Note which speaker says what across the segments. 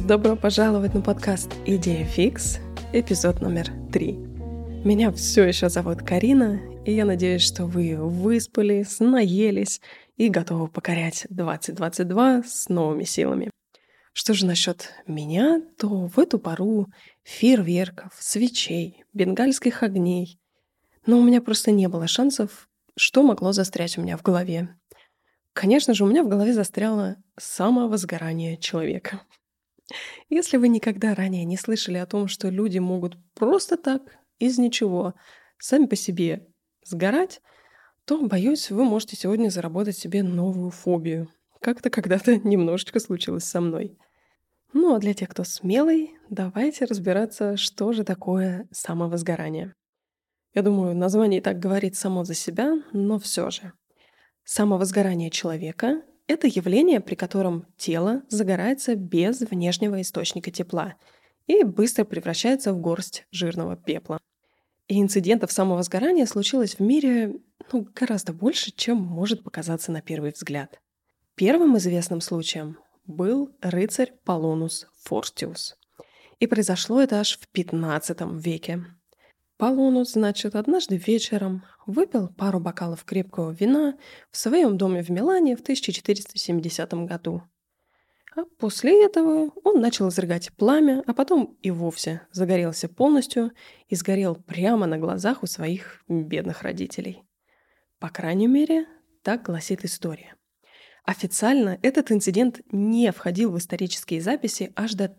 Speaker 1: Добро пожаловать на подкаст «Идея фикс», эпизод номер 3. Меня все еще зовут Карина, и я надеюсь, что вы выспались, наелись и готовы покорять 2022 с новыми силами. Что же насчет меня, то в эту пору фейерверков, свечей, бенгальских огней, но у меня просто не было шансов, что могло застрять у меня в голове. Конечно же, у меня в голове застряло самовозгорание человека. Если вы никогда ранее не слышали о том, что люди могут просто так, из ничего, сами по себе сгорать, то, боюсь, вы можете сегодня заработать себе новую фобию. Как-то когда-то немножечко случилось со мной. Ну а для тех, кто смелый, давайте разбираться, что же такое самовозгорание. Я думаю, название и так говорит само за себя, но все же. Самовозгорание человека — это явление, при котором тело загорается без внешнего источника тепла и быстро превращается в горсть жирного пепла. И инцидентов самовозгорания случилось в мире гораздо больше, чем может показаться на первый взгляд. Первым известным случаем был рыцарь Полонус Фортиус. И произошло это аж в XV веке. Полонус, значит, однажды вечером выпил пару бокалов крепкого вина в своем доме в Милане в 1470 году. А после этого он начал изрыгать пламя, а потом и вовсе загорелся полностью и сгорел прямо на глазах у своих бедных родителей. По крайней мере, так гласит история. Официально этот инцидент не входил в исторические записи аж до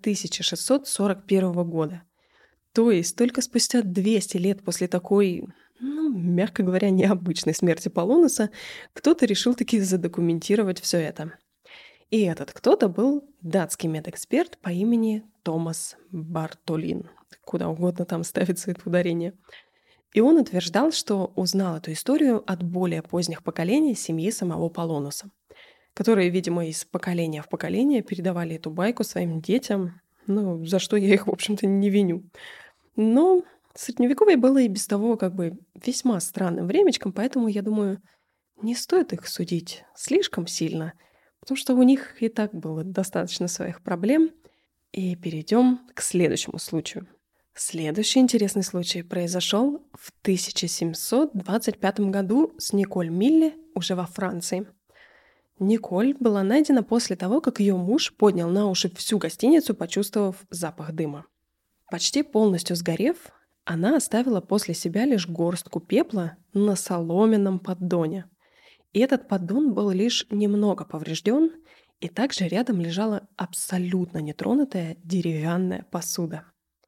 Speaker 1: 1641 года. То есть только спустя 200 лет после такой, мягко говоря, необычной смерти Полонуса кто-то решил таки задокументировать все это. И этот кто-то был датский медэксперт по имени Томас Бартолин. Куда угодно там ставится это ударение. И он утверждал, что узнал эту историю от более поздних поколений семьи самого Полонуса, которые, видимо, из поколения в поколение передавали эту байку своим детям, за что я их, в общем-то, не виню. Но Средневековье было и без того весьма странным времечком, поэтому, я думаю, не стоит их судить слишком сильно, потому что у них и так было достаточно своих проблем. И перейдем к следующему случаю. Следующий интересный случай произошел в 1725 году с Николь Милле уже во Франции. Николь была найдена после того, как ее муж поднял на уши всю гостиницу, почувствовав запах дыма. Почти полностью сгорев, она оставила после себя лишь горстку пепла на соломенном поддоне. И этот поддон был лишь немного поврежден, и также рядом лежала абсолютно нетронутая деревянная посуда.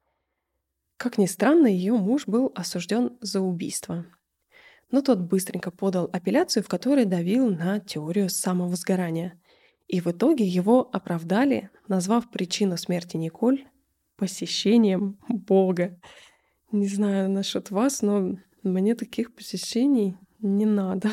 Speaker 1: Как ни странно, ее муж был осужден за убийство. Но тот быстренько подал апелляцию, в которой давил на теорию самовозгорания. И в итоге его оправдали, назвав причину смерти Николь посещением Бога. Не знаю насчет вас, но мне таких посещений не надо.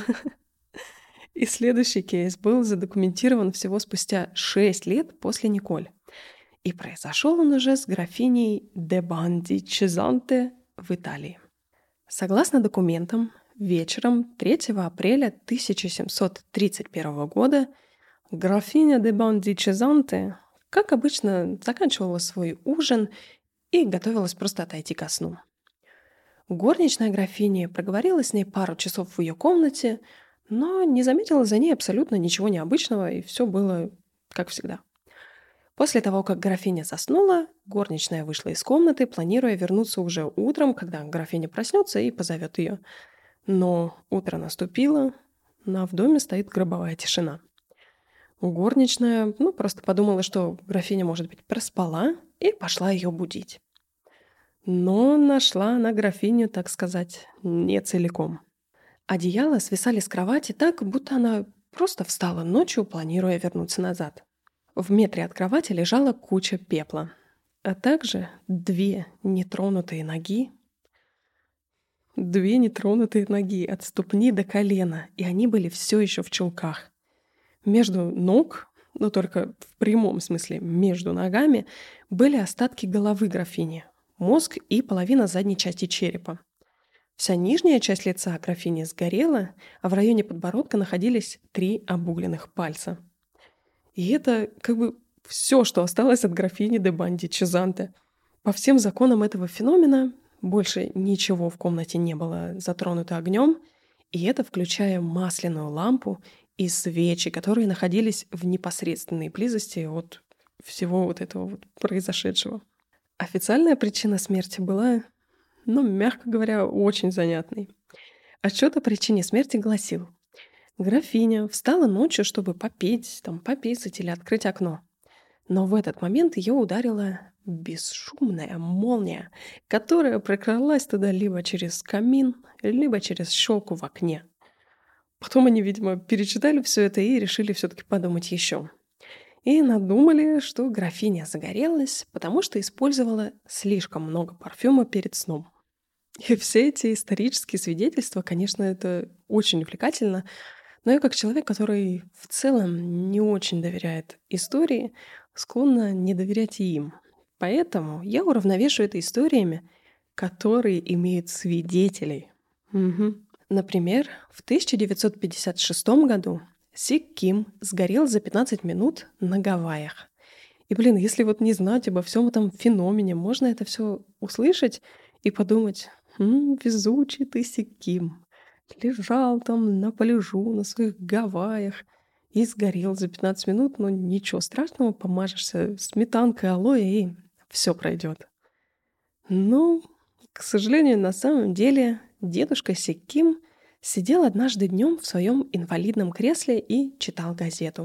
Speaker 1: И следующий кейс был задокументирован всего спустя 6 лет после Николь. И произошел он уже с графиней де Банди Чезанте в Италии. Согласно документам, вечером 3 апреля 1731 года графиня де Банди Чезанте, как обычно, заканчивала свой ужин и готовилась просто отойти ко сну. Горничная графиня проговорила с ней пару часов в ее комнате, но не заметила за ней абсолютно ничего необычного, и все было как всегда. После того, как графиня заснула, горничная вышла из комнаты, планируя вернуться уже утром, когда графиня проснется и позовет ее. Но утро наступило, а в доме стоит гробовая тишина. Горничная, просто подумала, что графиня, может быть, проспала, и пошла ее будить. Но нашла она графиню, так сказать, не целиком. Одеяла свисали с кровати так, будто она просто встала ночью, планируя вернуться назад. В метре от кровати лежала куча пепла, а также 2 нетронутые ноги. 2 нетронутые ноги от ступни до колена, и они были все еще в чулках. Между ног, но только в прямом смысле между ногами, были остатки головы графини, мозг и половина задней части черепа. Вся нижняя часть лица графини сгорела, а в районе подбородка находились 3 обугленных пальца. И это все, что осталось от графини де Банди Чезанте. По всем законам этого феномена больше ничего в комнате не было затронуто огнем, и это включая масляную лампу и свечи, которые находились в непосредственной близости от всего вот этого вот произошедшего. Официальная причина смерти была, мягко говоря, очень занятной. Отчет о причине смерти гласил: графиня встала ночью, чтобы попить, пописать или открыть окно. Но в этот момент ее ударила бесшумная молния, которая прокралась туда либо через камин, либо через щелку в окне. Потом они, видимо, перечитали все это и решили все-таки подумать еще. И надумали, что графиня загорелась, потому что использовала слишком много парфюма перед сном. И все эти исторические свидетельства, конечно, это очень увлекательно, но я как человек, который в целом не очень доверяет истории, склонна не доверять и им. Поэтому я уравновешиваю это историями, которые имеют свидетелей. Мгм. Например, в 1956 году Сик Ким сгорел за 15 минут на Гавайях. И, если вот не знать обо всем этом феномене, можно это все услышать и подумать: везучий ты, Сик Ким. Лежал там на пляжу на своих Гавайях и сгорел за 15 минут, но ничего страшного, помажешься сметанкой алоэ, и все пройдет. Ну, к сожалению, на самом деле дедушка Сик Ким сидел однажды днем в своем инвалидном кресле и читал газету.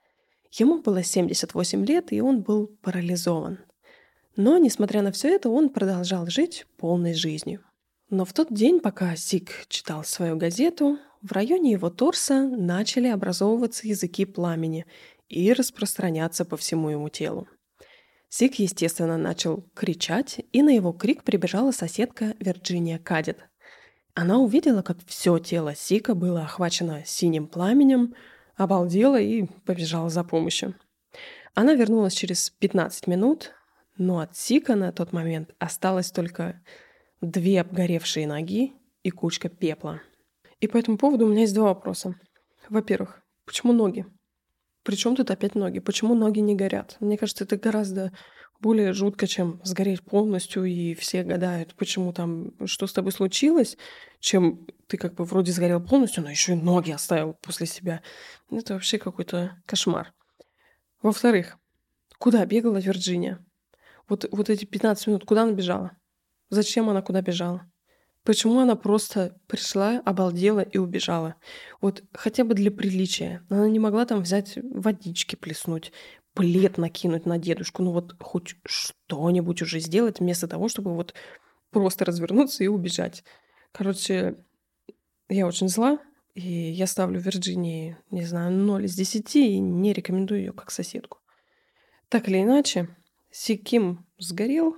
Speaker 1: Ему было 78 лет, и он был парализован. Но, несмотря на все это, он продолжал жить полной жизнью. Но в тот день, пока Сик читал свою газету, в районе его торса начали образовываться языки пламени и распространяться по всему ему телу. Сик, естественно, начал кричать, и на его крик прибежала соседка Вирджиния Кадет. Она увидела, как все тело Сика было охвачено синим пламенем, обалдела и побежала за помощью. Она вернулась через 15 минут, но от Сика на тот момент осталось только 2 обгоревшие ноги и кучка пепла. И по этому поводу у меня есть 2 вопроса. Во-первых, почему ноги? Причем тут опять ноги? Почему ноги не горят? Мне кажется, это гораздо более жутко, чем сгореть полностью, и все гадают, почему там, что с тобой случилось, чем ты как бы вроде сгорел полностью, но еще и ноги оставил после себя. Это вообще какой-то кошмар. Во-вторых, куда бегала Вирджиния? Вот эти 15 минут, куда она бежала? Зачем она куда бежала? Почему она просто пришла, обалдела и убежала? Вот хотя бы для приличия. Она не могла там взять водички плеснуть, плед накинуть на дедушку, хоть что-нибудь уже сделать вместо того, чтобы вот просто развернуться и убежать. Короче, я очень зла, и я ставлю Вирджинии, не знаю, 0 из 10 и не рекомендую ее как соседку. Так или иначе, Сик Ким сгорел,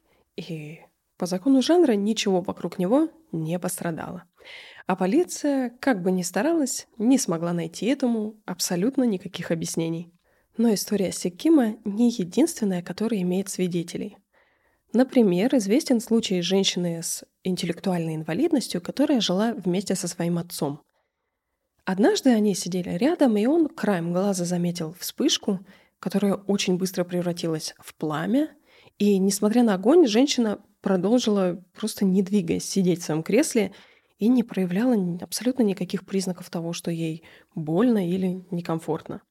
Speaker 1: и по закону жанра ничего вокруг него не пострадало. А полиция, как бы ни старалась, не смогла найти этому абсолютно никаких объяснений. Но история Сик Кима не единственная, которая имеет свидетелей. Например, известен случай женщины с интеллектуальной инвалидностью, которая жила вместе со своим отцом. Однажды они сидели рядом, и он краем глаза заметил вспышку, которая очень быстро превратилась в пламя, и, несмотря на огонь, женщина продолжила, просто не двигаясь, сидеть в своем кресле и не проявляла абсолютно никаких признаков того, что ей больно или некомфортно.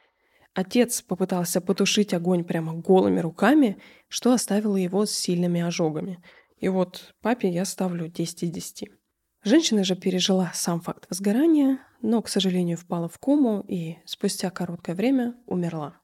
Speaker 1: Отец попытался потушить огонь прямо голыми руками, что оставило его с сильными ожогами. И вот папе я ставлю 10 из 10. Женщина же пережила сам факт возгорания, но, к сожалению, впала в кому и спустя короткое время умерла.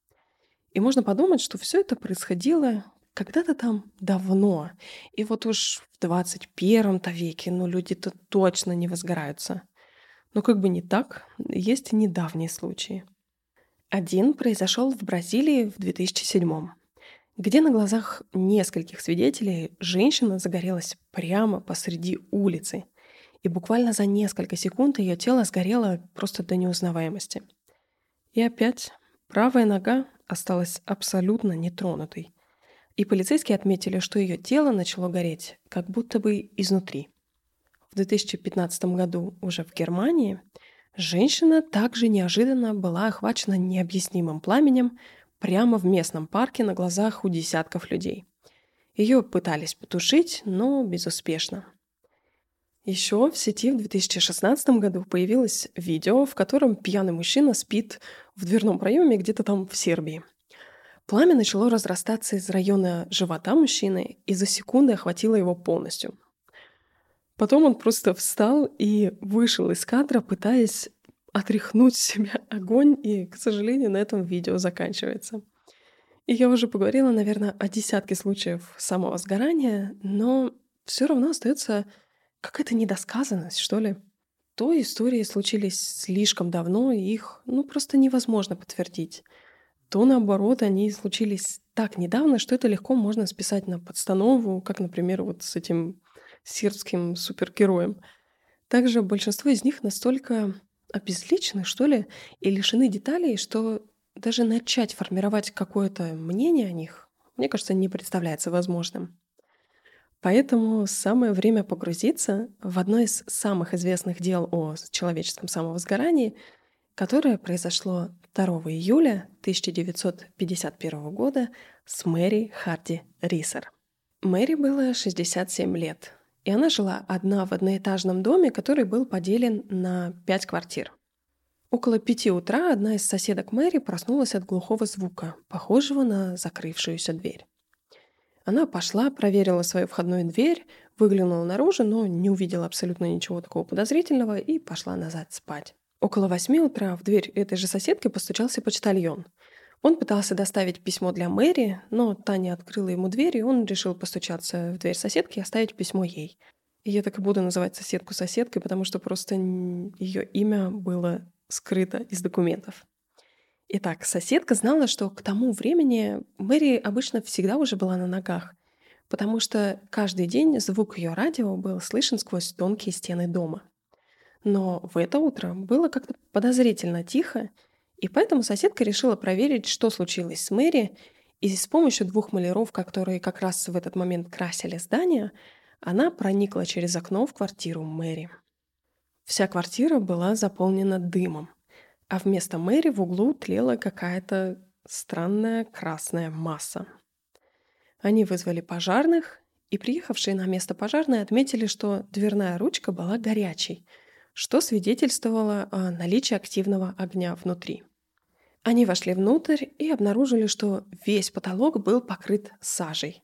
Speaker 1: И можно подумать, что все это происходило когда-то там давно. И вот уж в 21 веке, люди-то точно не возгораются. Но как бы не так, есть и недавние случаи. Один произошел в Бразилии в 2007, где на глазах нескольких свидетелей женщина загорелась прямо посреди улицы. И буквально за несколько секунд ее тело сгорело просто до неузнаваемости. И опять правая нога осталась абсолютно нетронутой. И полицейские отметили, что ее тело начало гореть как будто бы изнутри. В 2015 году уже в Германии женщина также неожиданно была охвачена необъяснимым пламенем прямо в местном парке на глазах у десятков людей. Ее пытались потушить, но безуспешно. Еще в сети в 2016 году появилось видео, в котором пьяный мужчина спит в дверном проеме где-то там в Сербии. Пламя начало разрастаться из района живота мужчины и за секунды охватило его полностью. Потом он просто встал и вышел из кадра, пытаясь отряхнуть с себя огонь, и, к сожалению, на этом видео заканчивается. И я уже поговорила, наверное, о десятке случаев самого сгорания, но все равно остается какая-то недосказанность, что ли. То истории случились слишком давно, и их просто невозможно подтвердить. То, наоборот, они случились так недавно, что это легко можно списать на подстанову, как, например, вот с этим сербским супергероем. Также большинство из них настолько обезличены, что ли, и лишены деталей, что даже начать формировать какое-то мнение о них, мне кажется, не представляется возможным. Поэтому самое время погрузиться в одно из самых известных дел о человеческом самовозгорании, которое произошло 2 июля 1951 года с Мэри Харди Рисер. Мэри было 67 лет, и она жила одна в одноэтажном доме, который был поделен на 5 квартир. Около 5 утра одна из соседок Мэри проснулась от глухого звука, похожего на закрывшуюся дверь. Она пошла, проверила свою входную дверь, выглянула наружу, но не увидела абсолютно ничего такого подозрительного и пошла назад спать. Около 8 утра в дверь этой же соседки постучался почтальон. Он пытался доставить письмо для Мэри, но та не открыла ему дверь, и он решил постучаться в дверь соседки и оставить письмо ей. И я так и буду называть соседку соседкой, потому что просто ее имя было скрыто из документов. Итак, соседка знала, что к тому времени Мэри обычно всегда уже была на ногах, потому что каждый день звук ее радио был слышен сквозь тонкие стены дома. Но в это утро было как-то подозрительно тихо, и поэтому соседка решила проверить, что случилось с Мэри, и с помощью 2 маляров, которые как раз в этот момент красили здание, она проникла через окно в квартиру Мэри. Вся квартира была заполнена дымом, а вместо Мэри в углу тлела какая-то странная красная масса. Они вызвали пожарных, и приехавшие на место пожарные отметили, что дверная ручка была горячей, что свидетельствовало о наличии активного огня внутри. Они вошли внутрь и обнаружили, что весь потолок был покрыт сажей.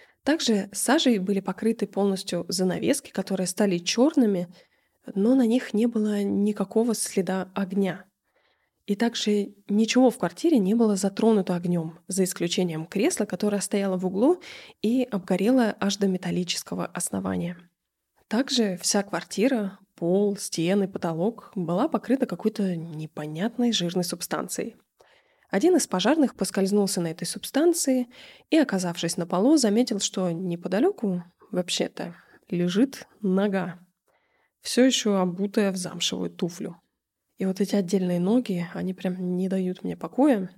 Speaker 1: Также сажей были покрыты полностью занавески, которые стали черными, но на них не было никакого следа огня. И также ничего в квартире не было затронуто огнем, за исключением кресла, которое стояло в углу и обгорело аж до металлического основания. Также вся квартира, пол, стены, потолок была покрыта какой-то непонятной жирной субстанцией. Один из пожарных поскользнулся на этой субстанции и, оказавшись на полу, заметил, что неподалеку, вообще-то, лежит нога, все еще обутая в замшевую туфлю. И вот эти отдельные ноги, они прям не дают мне покоя.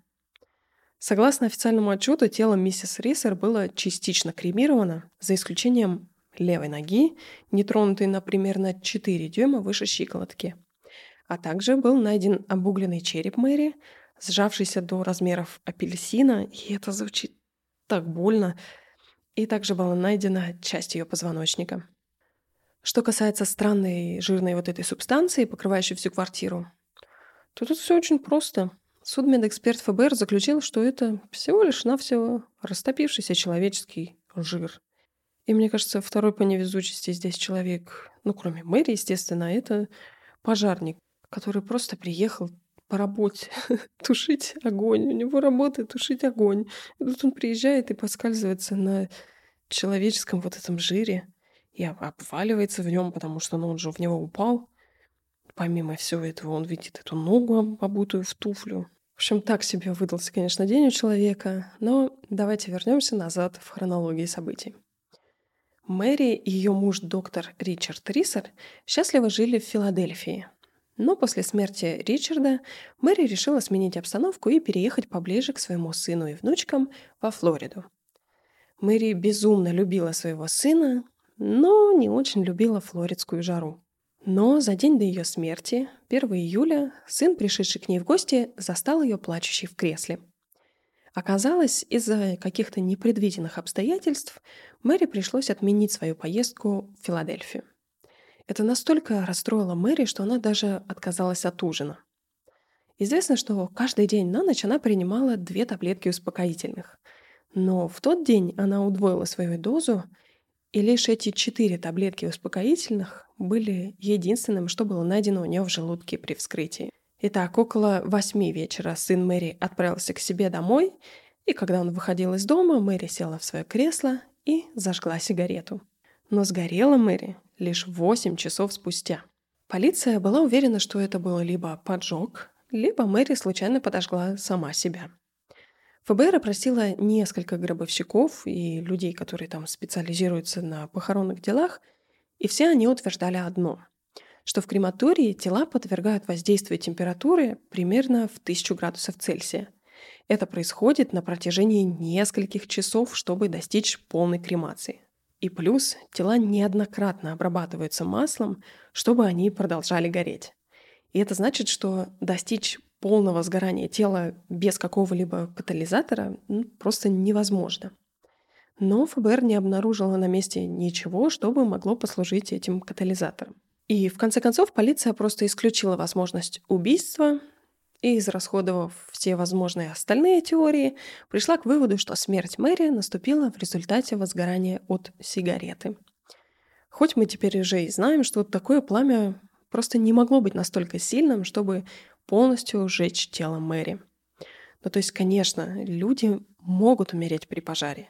Speaker 1: Согласно официальному отчету, тело миссис Рисер было частично кремировано, за исключением левой ноги, не тронутой на примерно 4 дюйма выше щиколотки. А также был найден обугленный череп Мэри, сжавшийся до размеров апельсина, и это звучит так больно. И также была найдена часть ее позвоночника. Что касается странной жирной вот этой субстанции, покрывающей всю квартиру, то тут все очень просто. Судмедэксперт ФБР заключил, что это всего лишь навсего растопившийся человеческий жир. И мне кажется, второй по невезучести здесь человек, кроме Мэри, естественно, это пожарник, который просто приехал по работе тушить огонь. У него работа тушить огонь. И тут он приезжает и поскальзывается на человеческом вот этом жире и обваливается в нем, потому что он же в него упал. Помимо всего этого он видит эту ногу, обутую в туфлю. В общем, так себе выдался, конечно, день у человека, но давайте вернемся назад в хронологии событий. Мэри и ее муж доктор Ричард Рисер счастливо жили в Филадельфии. Но после смерти Ричарда Мэри решила сменить обстановку и переехать поближе к своему сыну и внучкам во Флориду. Мэри безумно любила своего сына, но не очень любила флоридскую жару. Но за день до ее смерти, 1 июля, сын, пришедший к ней в гости, застал ее плачущей в кресле. Оказалось, из-за каких-то непредвиденных обстоятельств Мэри пришлось отменить свою поездку в Филадельфию. Это настолько расстроило Мэри, что она даже отказалась от ужина. Известно, что каждый день на ночь она принимала 2 таблетки успокоительных. Но в тот день она удвоила свою дозу, и лишь эти 4 таблетки успокоительных были единственным, что было найдено у нее в желудке при вскрытии. Итак, около 8 вечера сын Мэри отправился к себе домой, и когда он выходил из дома, Мэри села в свое кресло и зажгла сигарету. Но сгорела Мэри лишь 8 часов спустя. Полиция была уверена, что это было либо поджог, либо Мэри случайно подожгла сама себя. ФБР опросило несколько гробовщиков и людей, которые там специализируются на похоронных делах, и все они утверждали одно, что в крематории тела подвергают воздействию температуры примерно в 1000 градусов Цельсия. Это происходит на протяжении нескольких часов, чтобы достичь полной кремации. И плюс тела неоднократно обрабатываются маслом, чтобы они продолжали гореть. И это значит, что достичь полного сгорания тела без какого-либо катализатора просто невозможно. Но ФБР не обнаружило на месте ничего, чтобы могло послужить этим катализатором. И в конце концов полиция просто исключила возможность убийства и, израсходовав все возможные остальные теории, пришла к выводу, что смерть Мэри наступила в результате возгорания от сигареты. Хоть мы теперь уже и знаем, что такое пламя просто не могло быть настолько сильным, чтобы полностью сжечь тело Мэри. Ну, то есть, конечно, люди могут умереть при пожаре.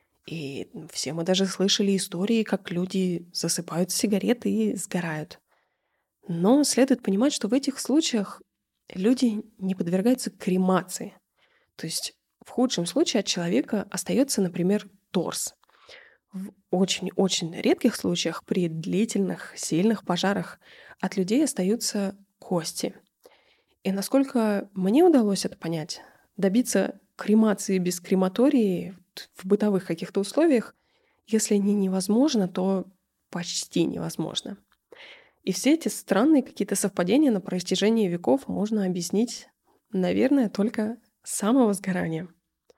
Speaker 1: И все мы даже слышали истории, как люди засыпают сигареты и сгорают. Но следует понимать, что в этих случаях люди не подвергаются кремации. То есть в худшем случае от человека остается, например, торс. В очень-очень редких случаях при длительных, сильных пожарах от людей остаются кости. И насколько мне удалось это понять, добиться кремации без крематории в бытовых каких-то условиях, если не невозможно, то почти невозможно. И все эти странные какие-то совпадения на протяжении веков можно объяснить, наверное, только самовозгоранием.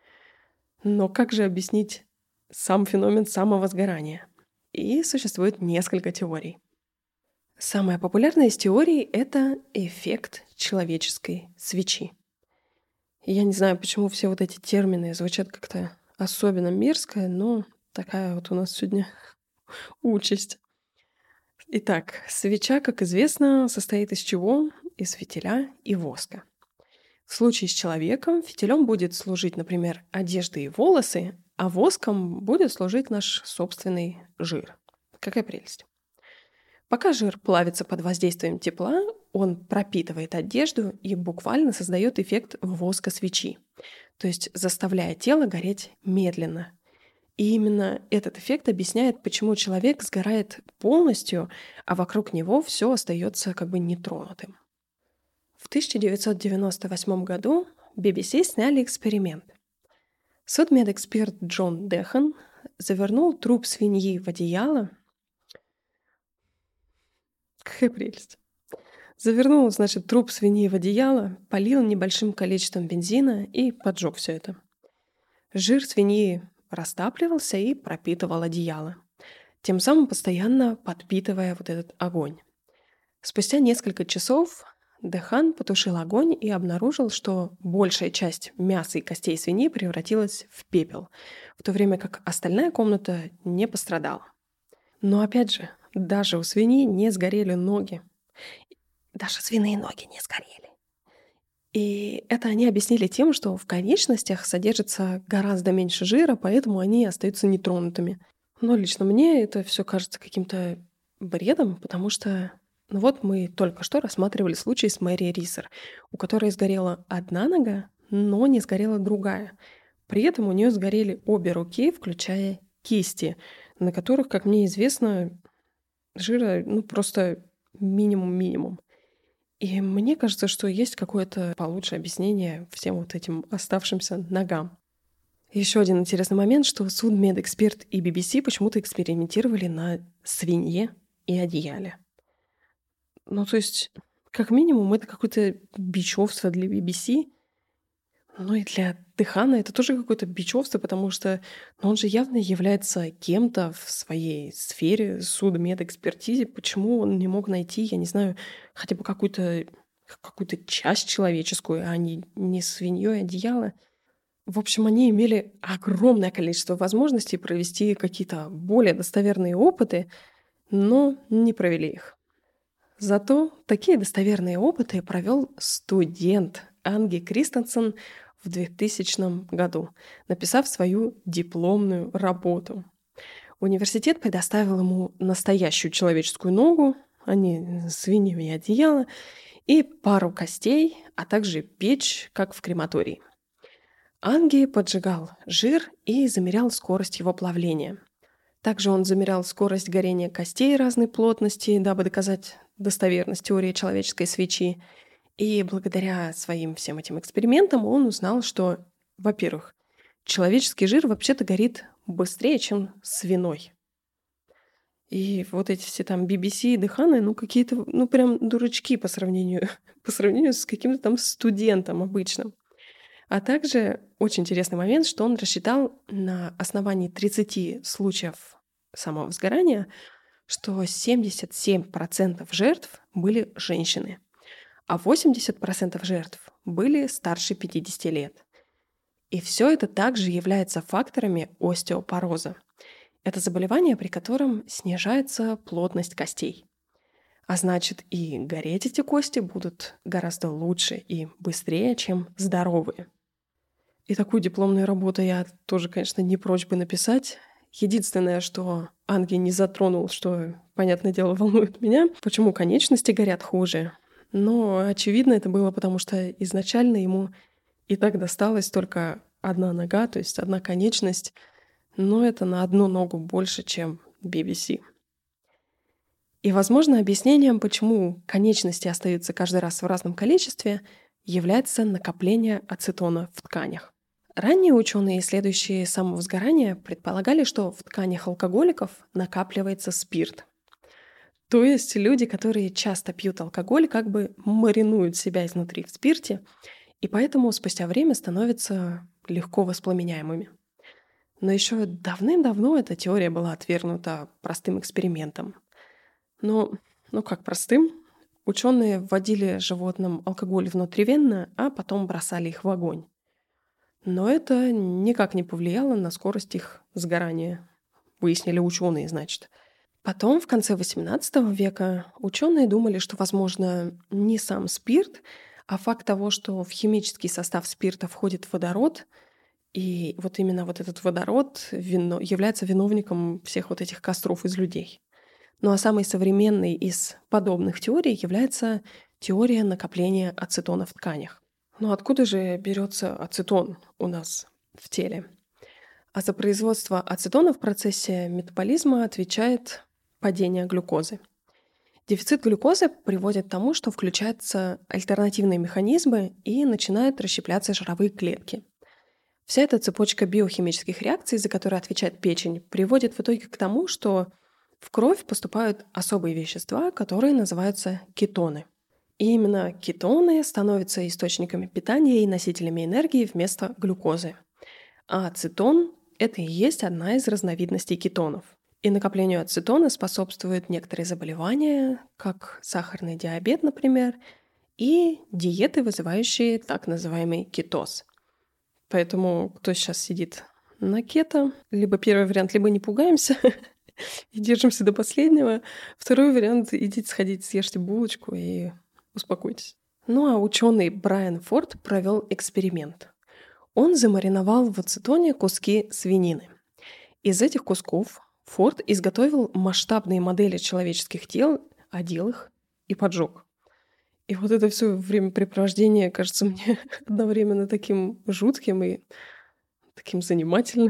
Speaker 1: Но как же объяснить сам феномен самовозгорания? И существует несколько теорий. Самая популярная из теорий — это эффект человеческой свечи. Я не знаю, почему все вот эти термины звучат как-то особенно мерзко, но такая вот у нас сегодня участь. Итак, свеча, как известно, состоит из чего? Из фитиля и воска. В случае с человеком фитилем будет служить, например, одежда и волосы, а воском будет служить наш собственный жир. Какая прелесть. Пока жир плавится под воздействием тепла, он пропитывает одежду и буквально создает эффект воска свечи, то есть заставляя тело гореть медленно. И именно этот эффект объясняет, почему человек сгорает полностью, а вокруг него все остается как бы нетронутым. В 1998 году BBC сняли эксперимент. Судмедэксперт Джон Дехан завернул труп свиньи в одеяло. Какая прелесть. Завернул, значит, труп свиньи в одеяло, полил небольшим количеством бензина и поджег все это. Жир свиньи растапливался и пропитывал одеяло, тем самым постоянно подпитывая вот этот огонь. Спустя несколько часов Дехан потушил огонь и обнаружил, что большая часть мяса и костей свиньи превратилась в пепел, в то время как остальная комната не пострадала. Но опять же, даже у свиньи не сгорели ноги. Даже свиные ноги не сгорели. И это они объяснили тем, что в конечностях содержится гораздо меньше жира, поэтому они остаются нетронутыми. Но лично мне это все кажется каким-то бредом, потому что ну вот мы только что рассматривали случай с Мэри Рисер, у которой сгорела одна нога, но не сгорела другая. При этом у нее сгорели обе руки, включая кисти, на которых, как мне известно, жира просто минимум-минимум. И мне кажется, что есть какое-то получше объяснение всем вот этим оставшимся ногам. Еще один интересный момент, что судмедэксперт и BBC почему-то экспериментировали на свинье и одеяле. Ну, то есть, как минимум, это какое-то бичевство для BBC, ну и для Дехана — это тоже какое-то бичевство, потому что он же явно является кем-то в своей сфере судмедэкспертизе. Почему он не мог найти, я не знаю, хотя бы какую-то часть человеческую, а не свиньёй одеяло? В общем, они имели огромное количество возможностей провести какие-то более достоверные опыты, но не провели их. Зато такие достоверные опыты провел студент Анги Кристенсен в 2000 году, написав свою дипломную работу. Университет предоставил ему настоящую человеческую ногу, а не свинье одеяло, и пару костей, а также печь, как в крематории. Анги поджигал жир и замерял скорость его плавления. Также он замерял скорость горения костей разной плотности, дабы доказать достоверность теории человеческой свечи. И благодаря своим всем этим экспериментам он узнал, что, во-первых, человеческий жир вообще-то горит быстрее, чем свиной. И вот эти все там BBC и Деханы, какие-то, прям дурачки по сравнению с каким-то там студентом обычным. А также очень интересный момент, что он рассчитал на основании 30 случаев самого возгорания, что 77% жертв были женщины, а 80% жертв были старше 50 лет. И все это также является факторами остеопороза. Это заболевание, при котором снижается плотность костей. А значит, и гореть эти кости будут гораздо лучше и быстрее, чем здоровые. И такую дипломную работу я тоже, конечно, не прочь бы написать. Единственное, что Анги не затронул, что, понятное дело, волнует меня, почему конечности горят хуже. Но, очевидно, это было потому, что изначально ему и так досталась только одна нога, то есть одна конечность, но это на одну ногу больше, чем BBC. И, возможно, объяснением, почему конечности остаются каждый раз в разном количестве, является накопление ацетона в тканях. Ранние ученые, исследующие самовозгорание, предполагали, что в тканях алкоголиков накапливается спирт. То есть люди, которые часто пьют алкоголь, как бы маринуют себя изнутри в спирте, и поэтому спустя время становятся легко воспламеняемыми. Но еще давным-давно эта теория была отвергнута простым экспериментом. Как простым? Ученые вводили животным алкоголь внутривенно, а потом бросали их в огонь. Но это никак не повлияло на скорость их сгорания. Выяснили ученые, значит. Потом, в конце XVIII века, ученые думали, что, возможно, не сам спирт, а факт того, что в химический состав спирта входит водород, и вот именно вот этот водород является виновником всех вот этих костров из людей. Ну а самой современной из подобных теорий является теория накопления ацетона в тканях. Но откуда же берется ацетон у нас в теле? А за производство ацетона в процессе метаболизма отвечает падение глюкозы. Дефицит глюкозы приводит к тому, что включаются альтернативные механизмы и начинают расщепляться жировые клетки. Вся эта цепочка биохимических реакций, за которые отвечает печень, приводит в итоге к тому, что в кровь поступают особые вещества, которые называются кетоны. И именно кетоны становятся источниками питания и носителями энергии вместо глюкозы. А ацетон — это и есть одна из разновидностей кетонов. И накоплению ацетона способствуют некоторые заболевания, как сахарный диабет, например, и диеты, вызывающие так называемый кетоз. Поэтому кто сейчас сидит на кето, либо первый вариант, либо не пугаемся и держимся до последнего. Второй вариант — идите сходить, съешьте булочку и успокойтесь. Ну а ученый Брайан Форд провел эксперимент. Он замариновал в ацетоне куски свинины. Из этих кусков Форд изготовил масштабные модели человеческих тел, одел их и поджег. И вот это все времяпрепровождение кажется мне одновременно таким жутким и таким занимательным.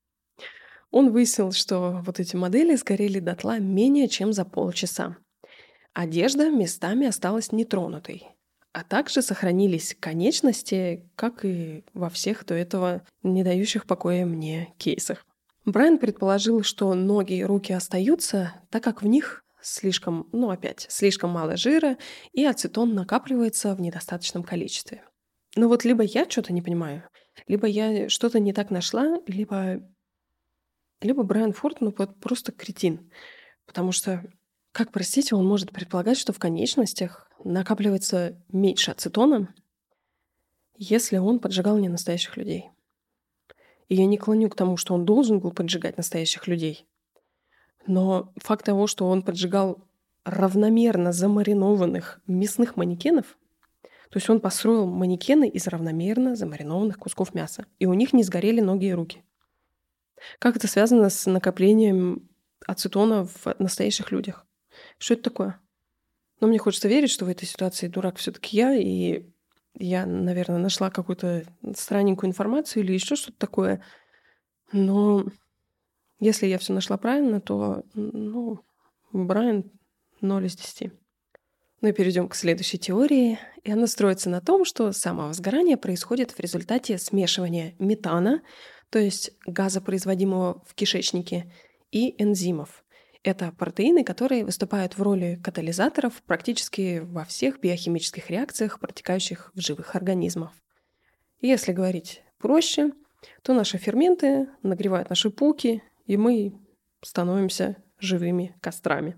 Speaker 1: Он выяснил, что вот эти модели сгорели дотла менее чем за полчаса. Одежда местами осталась нетронутой, а также сохранились конечности, как и во всех до этого не дающих покоя мне кейсах. Брайан предположил, что ноги и руки остаются, так как в них слишком мало жира, и ацетон накапливается в недостаточном количестве. Но вот либо я что-то не понимаю, Либо я что-то не так нашла, либо Брайан Форд, просто кретин. Потому что, как, простите, он может предполагать, что в конечностях накапливается меньше ацетона, если он поджигал не настоящих людей. И я не клоню к тому, что он должен был поджигать настоящих людей. Но факт того, что он поджигал равномерно замаринованных мясных манекенов, то есть он построил манекены из равномерно замаринованных кусков мяса, и у них не сгорели ноги и руки. Как это связано с накоплением ацетона в настоящих людях? Что это такое? Но мне хочется верить, что в этой ситуации дурак все-таки я, и я, наверное, нашла какую-то странненькую информацию или еще что-то такое. Но если я все нашла правильно, то, Брайан 0 из 10. Ну и перейдем к следующей теории. И она строится на том, что самовозгорание происходит в результате смешивания метана, то есть газа, производимого в кишечнике, и энзимов. Это протеины, которые выступают в роли катализаторов практически во всех биохимических реакциях, протекающих в живых организмах. Если говорить проще, то наши ферменты нагревают наши пуки, и мы становимся живыми кострами.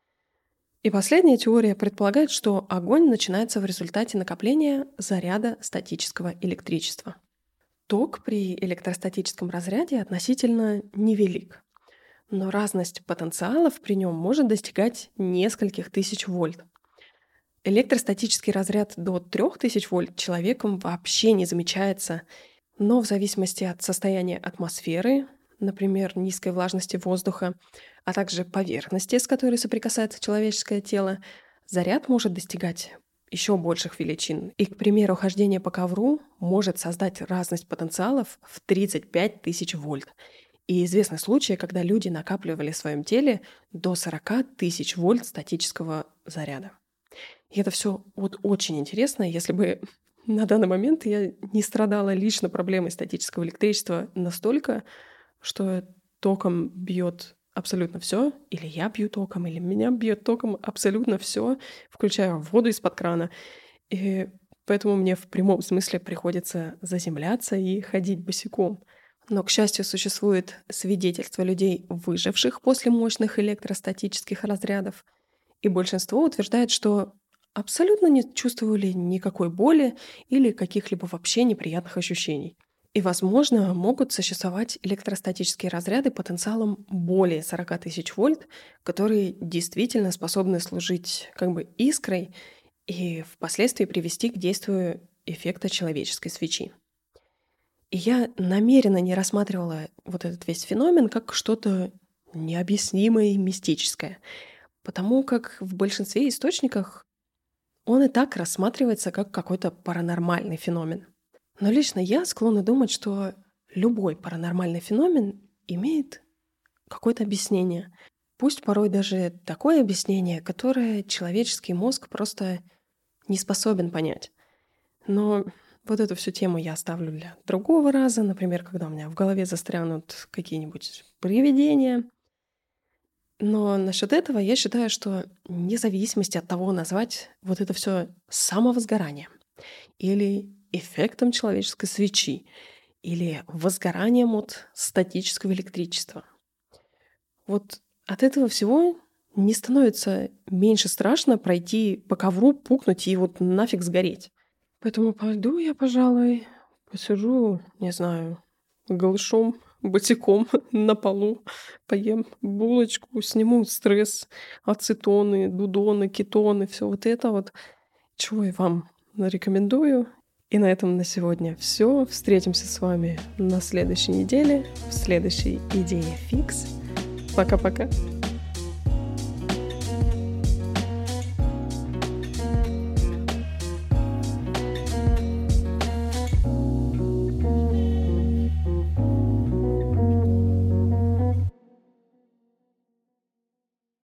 Speaker 1: И последняя теория предполагает, что огонь начинается в результате накопления заряда статического электричества. Ток при электростатическом разряде относительно невелик, но разность потенциалов при нем может достигать нескольких тысяч вольт. Электростатический разряд до 3000 вольт человеком вообще не замечается, но в зависимости от состояния атмосферы, например, низкой влажности воздуха, а также поверхности, с которой соприкасается человеческое тело, заряд может достигать еще больших величин. И, к примеру, хождение по ковру может создать разность потенциалов в 35 тысяч вольт. И известны случаи, когда люди накапливали в своем теле до 40 тысяч вольт статического заряда. И это все очень интересно. Если бы на данный момент я не страдала лично проблемой статического электричества настолько, что током бьет абсолютно все, или я бью током, или меня бьет током абсолютно все, включая воду из-под крана. И поэтому мне в прямом смысле приходится заземляться и ходить босиком. Но, к счастью, существует свидетельство людей, выживших после мощных электростатических разрядов, и большинство утверждает, что абсолютно не чувствовали никакой боли или каких-либо вообще неприятных ощущений. И, возможно, могут существовать электростатические разряды потенциалом более 40 тысяч вольт, которые действительно способны служить как бы искрой и впоследствии привести к действию эффекта человеческой свечи. И я намеренно не рассматривала вот этот весь феномен как что-то необъяснимое и мистическое, потому как в большинстве источников он и так рассматривается как какой-то паранормальный феномен. Но лично я склонна думать, что любой паранормальный феномен имеет какое-то объяснение. Пусть порой даже такое объяснение, которое человеческий мозг просто не способен понять. Но вот эту всю тему я оставлю для другого раза, например, когда у меня в голове застрянут какие-нибудь привидения. Но насчет этого я считаю, что вне зависимости от того, назвать вот это все самовозгоранием или эффектом человеческой свечи или возгоранием от статического электричества. Вот от этого всего не становится меньше страшно пройти по ковру, пукнуть и вот нафиг сгореть. Поэтому пойду я, пожалуй, посижу, не знаю, голышом, босиком на полу, поем булочку, сниму стресс, ацетоны, дудоны, кетоны, все вот это вот, чего я вам рекомендую. И на этом на сегодня все. Встретимся с вами на следующей неделе в следующей идее фикс. Пока-пока.